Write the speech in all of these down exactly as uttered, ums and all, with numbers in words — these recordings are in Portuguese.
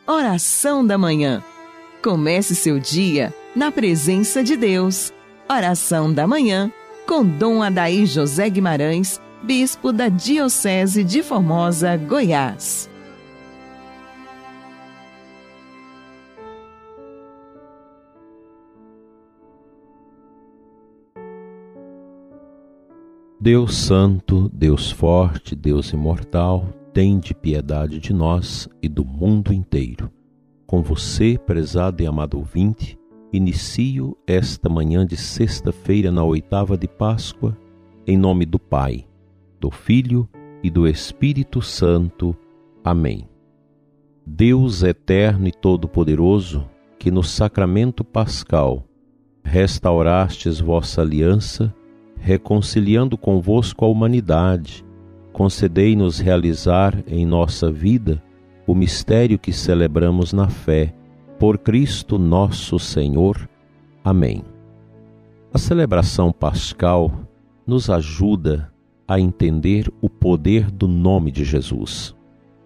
Oração da Manhã. Comece seu dia na presença de Deus. Oração da Manhã com Dom Adair José Guimarães, Bispo da Diocese de Formosa, Goiás. Deus Santo, Deus Forte, Deus Imortal, tende piedade de nós e do mundo inteiro. Com você, prezado e amado ouvinte, inicio esta manhã de sexta-feira na oitava de Páscoa, em nome do Pai, do Filho e do Espírito Santo. Amém. Deus eterno e todo-poderoso, que no sacramento pascal restaurastes vossa aliança, reconciliando convosco a humanidade, concedei-nos realizar em nossa vida o mistério que celebramos na fé, por Cristo nosso Senhor. Amém. A celebração pascal nos ajuda a entender o poder do nome de Jesus.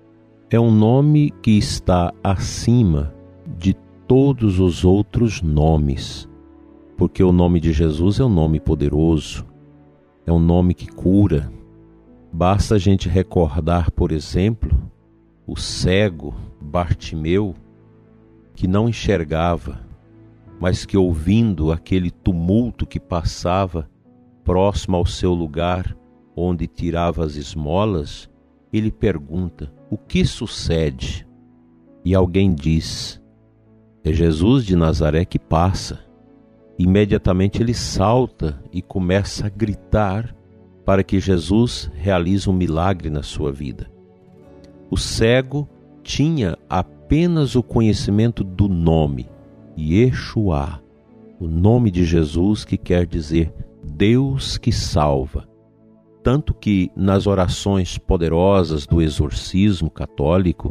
É um nome que está acima de todos os outros nomes, porque o nome de Jesus é um nome poderoso, é um nome que cura. Basta a gente recordar, por exemplo, o cego Bartimeu, que não enxergava, mas que ouvindo aquele tumulto que passava próximo ao seu lugar, onde tirava as esmolas, ele pergunta: o que sucede? E alguém diz: é Jesus de Nazaré que passa. Imediatamente ele salta e começa a gritar para que Jesus realize um milagre na sua vida. O cego tinha apenas o conhecimento do nome, Yeshua, o nome de Jesus, que quer dizer Deus que salva. Tanto que nas orações poderosas do exorcismo católico,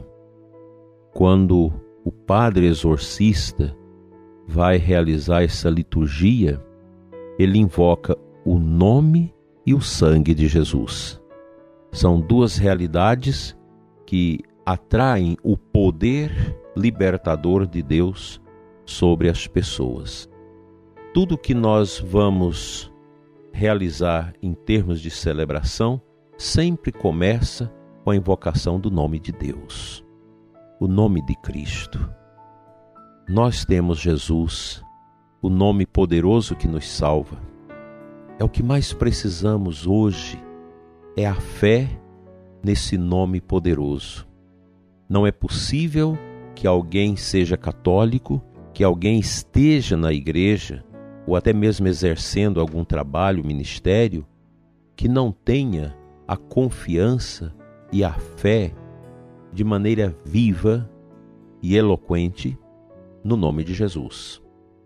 quando o padre exorcista vai realizar essa liturgia, ele invoca o nome e o sangue de Jesus. São duas realidades que atraem o poder libertador de Deus sobre as pessoas. Tudo que nós vamos realizar em termos de celebração sempre começa com a invocação do nome de Deus, o nome de Cristo. Nós temos Jesus, o nome poderoso que nos salva. É o que mais precisamos hoje, é a fé nesse nome poderoso. Não é possível que alguém seja católico, que alguém esteja na igreja, ou até mesmo exercendo algum trabalho, ministério, que não tenha a confiança e a fé de maneira viva e eloquente no nome de Jesus.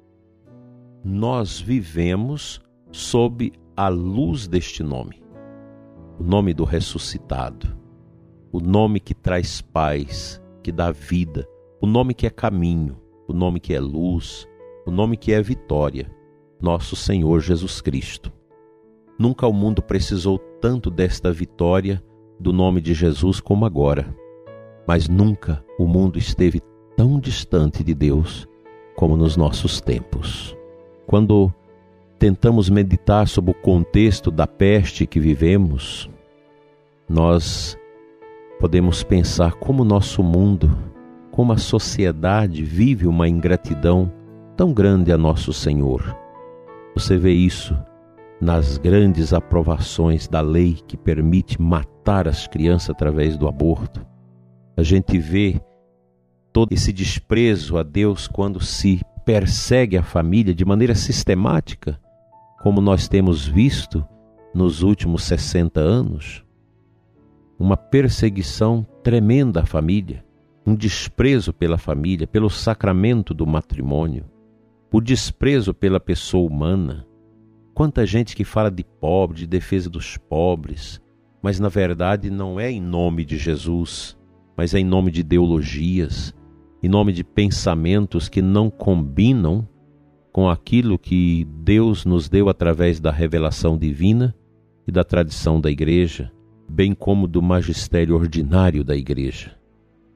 Nós vivemos sob a luz deste nome, o nome do ressuscitado, o nome que traz paz, que dá vida, o nome que é caminho, o nome que é luz, o nome que é vitória, nosso Senhor Jesus Cristo. Nunca o mundo precisou tanto desta vitória do nome de Jesus como agora, mas nunca o mundo esteve tão distante de Deus como nos nossos tempos. Quando tentamos meditar sobre o contexto da peste que vivemos, nós podemos pensar como o nosso mundo, como a sociedade vive uma ingratidão tão grande a nosso Senhor. Você vê isso nas grandes aprovações da lei que permite matar as crianças através do aborto. A gente vê todo esse desprezo a Deus quando se persegue a família de maneira sistemática, como nós temos visto nos últimos sessenta anos. Uma perseguição tremenda à família, um desprezo pela família, pelo sacramento do matrimônio, o desprezo pela pessoa humana. Quanta gente que fala de pobre, de defesa dos pobres, mas na verdade não é em nome de Jesus, mas é em nome de ideologias, em nome de pensamentos que não combinam com aquilo que Deus nos deu através da revelação divina e da tradição da igreja, bem como do magistério ordinário da igreja.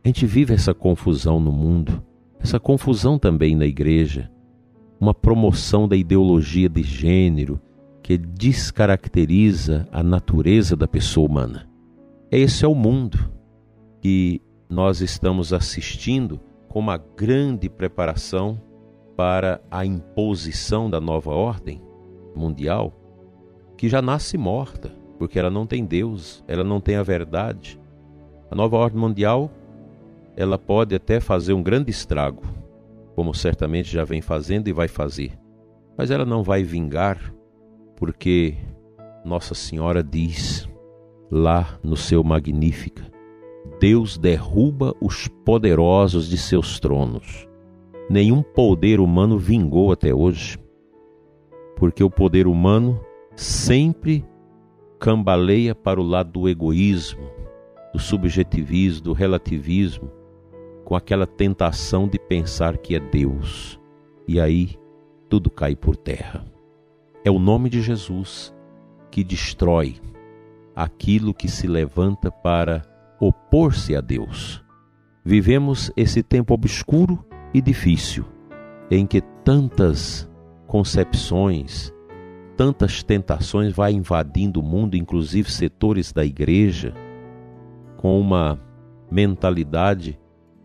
A gente vive essa confusão no mundo, essa confusão também na igreja, uma promoção da ideologia de gênero que descaracteriza a natureza da pessoa humana. Esse é o mundo que nós estamos assistindo com uma grande preparação para a imposição da nova ordem mundial, que já nasce morta, porque ela não tem Deus, ela não tem a verdade. A nova ordem mundial, ela pode até fazer um grande estrago, como certamente já vem fazendo e vai fazer, mas ela não vai vingar, porque Nossa Senhora diz lá no seu Magnífica: Deus derruba os poderosos de seus tronos. Nenhum poder humano vingou até hoje, porque o poder humano sempre cambaleia para o lado do egoísmo, do subjetivismo, do relativismo, com aquela tentação de pensar que é Deus. E aí tudo cai por terra. É o nome de Jesus que destrói aquilo que se levanta para opor-se a Deus. Vivemos esse tempo obscuro e difícil, em que tantas concepções, tantas tentações vai invadindo o mundo, inclusive setores da igreja, com uma mentalidade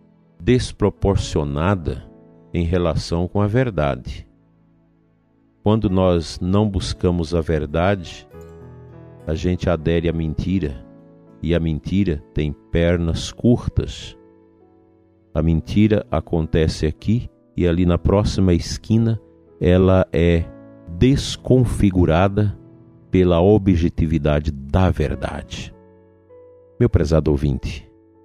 desproporcionada em relação com a verdade. Quando nós não buscamos a verdade, a gente adere à mentira, e a mentira tem pernas curtas. A mentira acontece aqui e ali na próxima esquina ela é desconfigurada pela objetividade da verdade. Meu prezado ouvinte,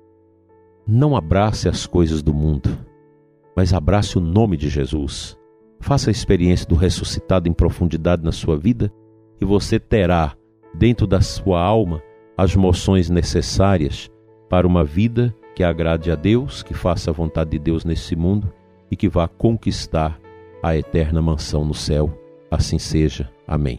não abrace as coisas do mundo, mas abrace o nome de Jesus. Faça a experiência do ressuscitado em profundidade na sua vida e você terá dentro da sua alma as moções necessárias para uma vida que agrade a Deus, que faça a vontade de Deus nesse mundo e que vá conquistar a eterna mansão no céu. Assim seja. Amém.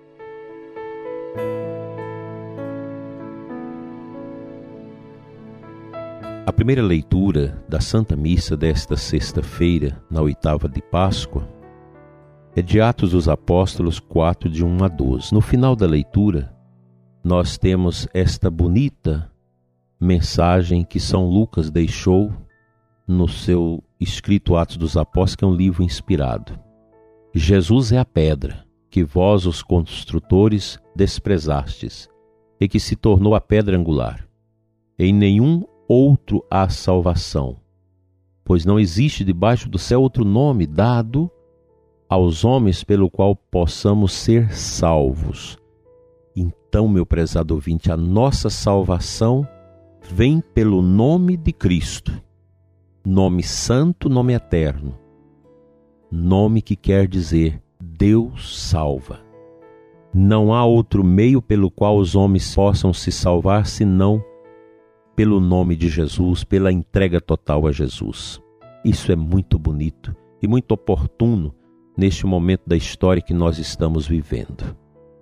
A primeira leitura da Santa Missa desta sexta-feira, na oitava de Páscoa, é de Atos dos Apóstolos quatro, de um a doze. No final da leitura, nós temos esta bonita mensagem que São Lucas deixou no seu escrito Atos dos Apóstolos, que é um livro inspirado. Jesus é a pedra que vós, os construtores, desprezastes, e que se tornou a pedra angular. Em nenhum outro há salvação, pois não existe debaixo do céu outro nome dado aos homens pelo qual possamos ser salvos. Então, meu prezado ouvinte, a nossa salvação vem pelo nome de Cristo, nome santo, nome eterno, nome que quer dizer Deus salva. Não há outro meio pelo qual os homens possam se salvar senão pelo nome de Jesus, pela entrega total a Jesus. Isso é muito bonito e muito oportuno neste momento da história que nós estamos vivendo.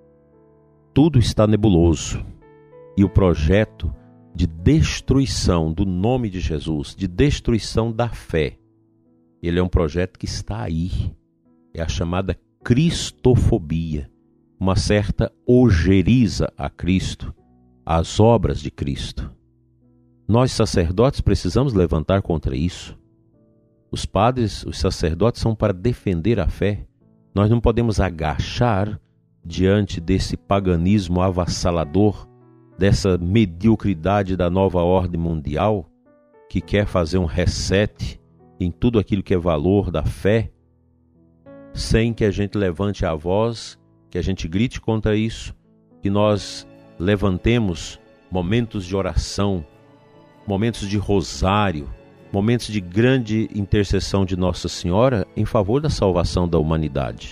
Tudo está nebuloso e o projeto de destruição do nome de Jesus, de destruição da fé, ele é um projeto que está aí. É a chamada cristofobia, uma certa ojeriza a Cristo, às obras de Cristo. Nós, sacerdotes, precisamos levantar contra isso. Os padres, os sacerdotes são para defender a fé. Nós não podemos agachar diante desse paganismo avassalador, dessa mediocridade da nova ordem mundial, que quer fazer um reset em tudo aquilo que é valor da fé, sem que a gente levante a voz, que a gente grite contra isso, que nós levantemos momentos de oração, momentos de rosário, momentos de grande intercessão de Nossa Senhora em favor da salvação da humanidade.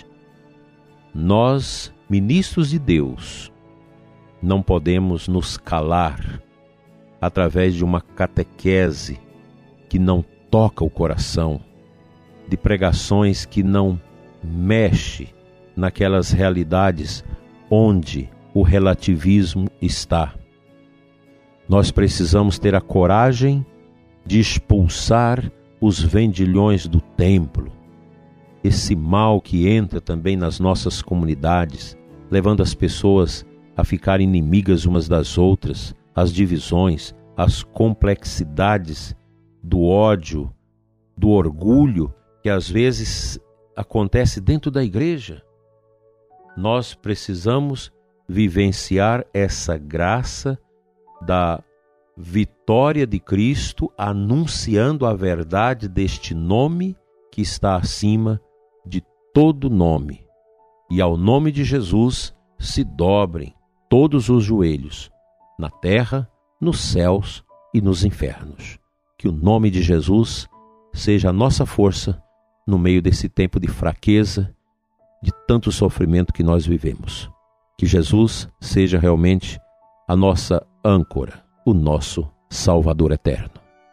Nós, ministros de Deus, não podemos nos calar através de uma catequese que não toca o coração, de pregações que não mexe naquelas realidades onde o relativismo está. Nós precisamos ter a coragem de expulsar os vendilhões do templo, esse mal que entra também nas nossas comunidades, levando as pessoas a ficarem inimigas umas das outras, as divisões, as complexidades do ódio, do orgulho, que às vezes acontece dentro da igreja. Nós precisamos vivenciar essa graça da vitória de Cristo, anunciando a verdade deste nome que está acima de todo nome. E ao nome de Jesus se dobrem todos os joelhos, na terra, nos céus e nos infernos. Que o nome de Jesus seja a nossa força no meio desse tempo de fraqueza, de tanto sofrimento que nós vivemos. Que Jesus seja realmente a nossa âncora, o nosso Salvador eterno.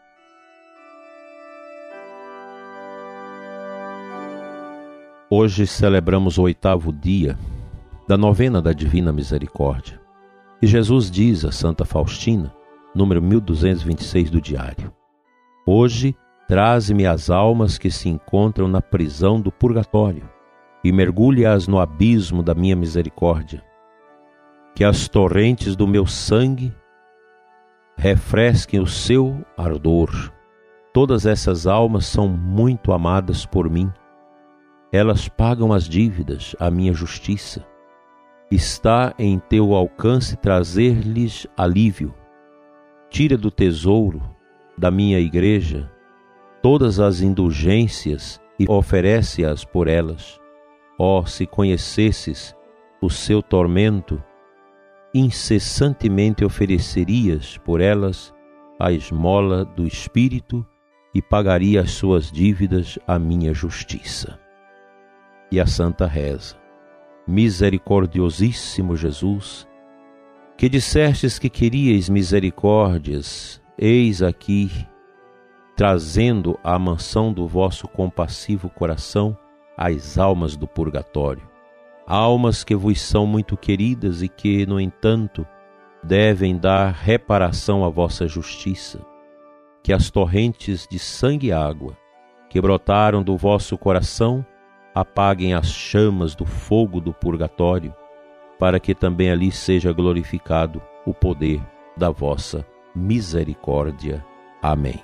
Hoje celebramos o oitavo dia da novena da Divina Misericórdia. E Jesus diz a Santa Faustina, número mil duzentos e vinte e seis do diário: hoje traze-me as almas que se encontram na prisão do purgatório e mergulhe-as no abismo da minha misericórdia. Que as torrentes do meu sangue refresquem o seu ardor. Todas essas almas são muito amadas por mim. Elas pagam as dívidas à minha justiça. Está em teu alcance trazer-lhes alívio. Tira do tesouro da minha igreja todas as indulgências e oferece-as por elas. Ó, oh, se conhecesses o seu tormento, incessantemente oferecerias por elas a esmola do Espírito e pagaria as suas dívidas à minha justiça. E a Santa reza: misericordiosíssimo Jesus, que dissestes que queríeis misericórdias, eis aqui, trazendo à mansão do vosso compassivo coração as almas do purgatório, almas que vos são muito queridas e que, no entanto, devem dar reparação à vossa justiça. Que as torrentes de sangue e água que brotaram do vosso coração apaguem as chamas do fogo do purgatório, para que também ali seja glorificado o poder da vossa misericórdia. Amém.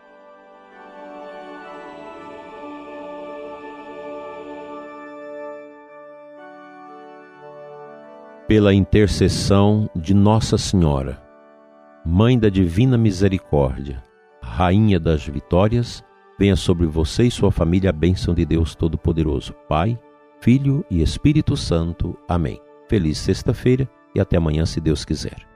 Pela intercessão de Nossa Senhora, Mãe da Divina Misericórdia, Rainha das Vitórias, venha sobre você e sua família a bênção de Deus Todo-Poderoso, Pai, Filho e Espírito Santo. Amém. Feliz sexta-feira e até amanhã, se Deus quiser.